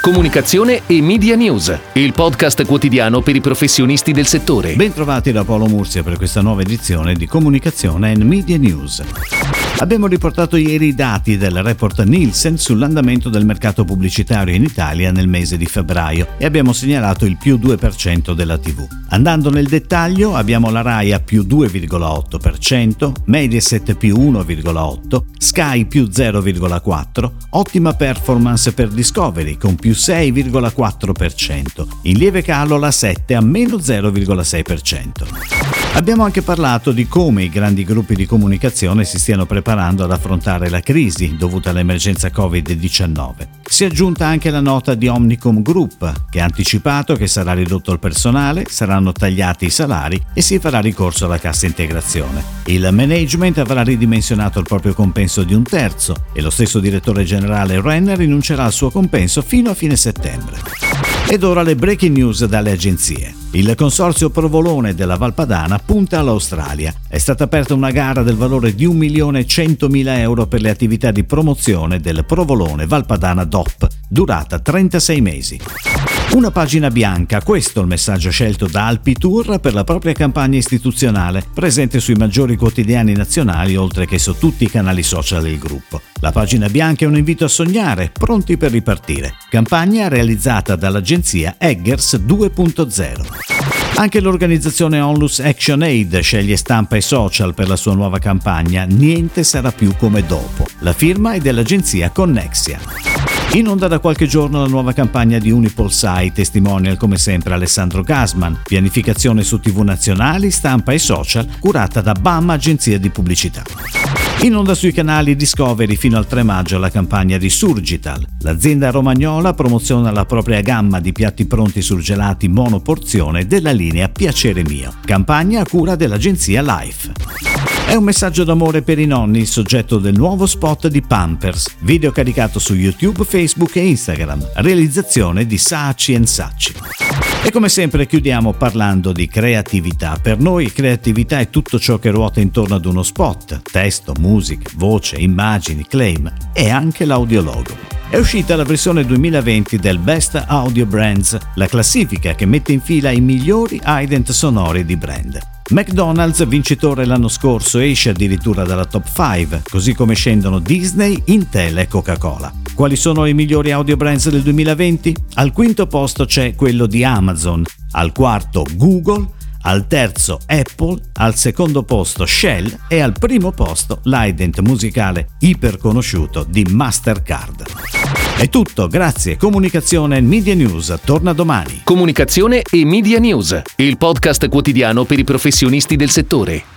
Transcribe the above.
Comunicazione e Media News, il podcast quotidiano per i professionisti del settore. Bentrovati da Paolo Murcia per questa nuova edizione di Comunicazione e Media News. Abbiamo riportato ieri i dati del report Nielsen sull'andamento del mercato pubblicitario in Italia nel mese di febbraio e abbiamo segnalato il più 2% della TV. Andando nel dettaglio, abbiamo la Rai a più 2,8%, Mediaset più 1,8%, Sky più 0,4%, ottima performance per Discovery con più 6,4%, in lieve calo la 7 a meno 0,6%. Abbiamo anche parlato di come i grandi gruppi di comunicazione si stiano preparando ad affrontare la crisi dovuta all'emergenza Covid-19. Si è aggiunta anche la nota di Omnicom Group, che ha anticipato che sarà ridotto il personale, saranno tagliati i salari e si farà ricorso alla cassa integrazione. Il management avrà ridimensionato il proprio compenso di 1/3 e lo stesso direttore generale Renner rinuncerà al suo compenso fino a fine settembre. Ed ora le breaking news dalle agenzie. Il consorzio Provolone della Valpadana punta all'Australia. È stata aperta una gara del valore di 1.100.000 euro per le attività di promozione del Provolone Valpadana DOP, durata 36 mesi. Una pagina bianca, questo è il messaggio scelto da Alpitour per la propria campagna istituzionale, presente sui maggiori quotidiani nazionali oltre che su tutti i canali social del gruppo. La pagina bianca è un invito a sognare, pronti per ripartire. Campagna realizzata dall'agenzia Eggers 2.0. Anche l'organizzazione Onlus Action Aid sceglie stampa e social per la sua nuova campagna Niente sarà più come dopo. La firma è dell'agenzia Connexia. In onda da qualche giorno la nuova campagna di Unipolsai, testimonial come sempre Alessandro Gasman, pianificazione su TV nazionali, stampa e social, curata da BAM Agenzia di Pubblicità. In onda sui canali Discovery fino al 3 maggio la campagna di Surgital. L'azienda romagnola promoziona la propria gamma di piatti pronti surgelati monoporzione della linea Piacere Mio. Campagna a cura dell'agenzia Life. È un messaggio d'amore per i nonni il soggetto del nuovo spot di Pampers, video caricato su YouTube, Facebook e Instagram, realizzazione di Saatchi & Saatchi. E come sempre chiudiamo parlando di creatività. Per noi creatività è tutto ciò che ruota intorno ad uno spot, testo, musica, voce, immagini, claim e anche l'audiologo. È uscita la versione 2020 del Best Audio Brands, la classifica che mette in fila i migliori ident sonori di brand. McDonald's, vincitore l'anno scorso, esce addirittura dalla top 5, così come scendono Disney, Intel e Coca-Cola. Quali sono i migliori audio brands del 2020? Al quinto posto c'è quello di Amazon, al quarto Google, al terzo Apple, al secondo posto Shell e al primo posto l'ident musicale iperconosciuto di Mastercard. È tutto, grazie. Comunicazione e Media News torna domani. Comunicazione e Media News, il podcast quotidiano per i professionisti del settore.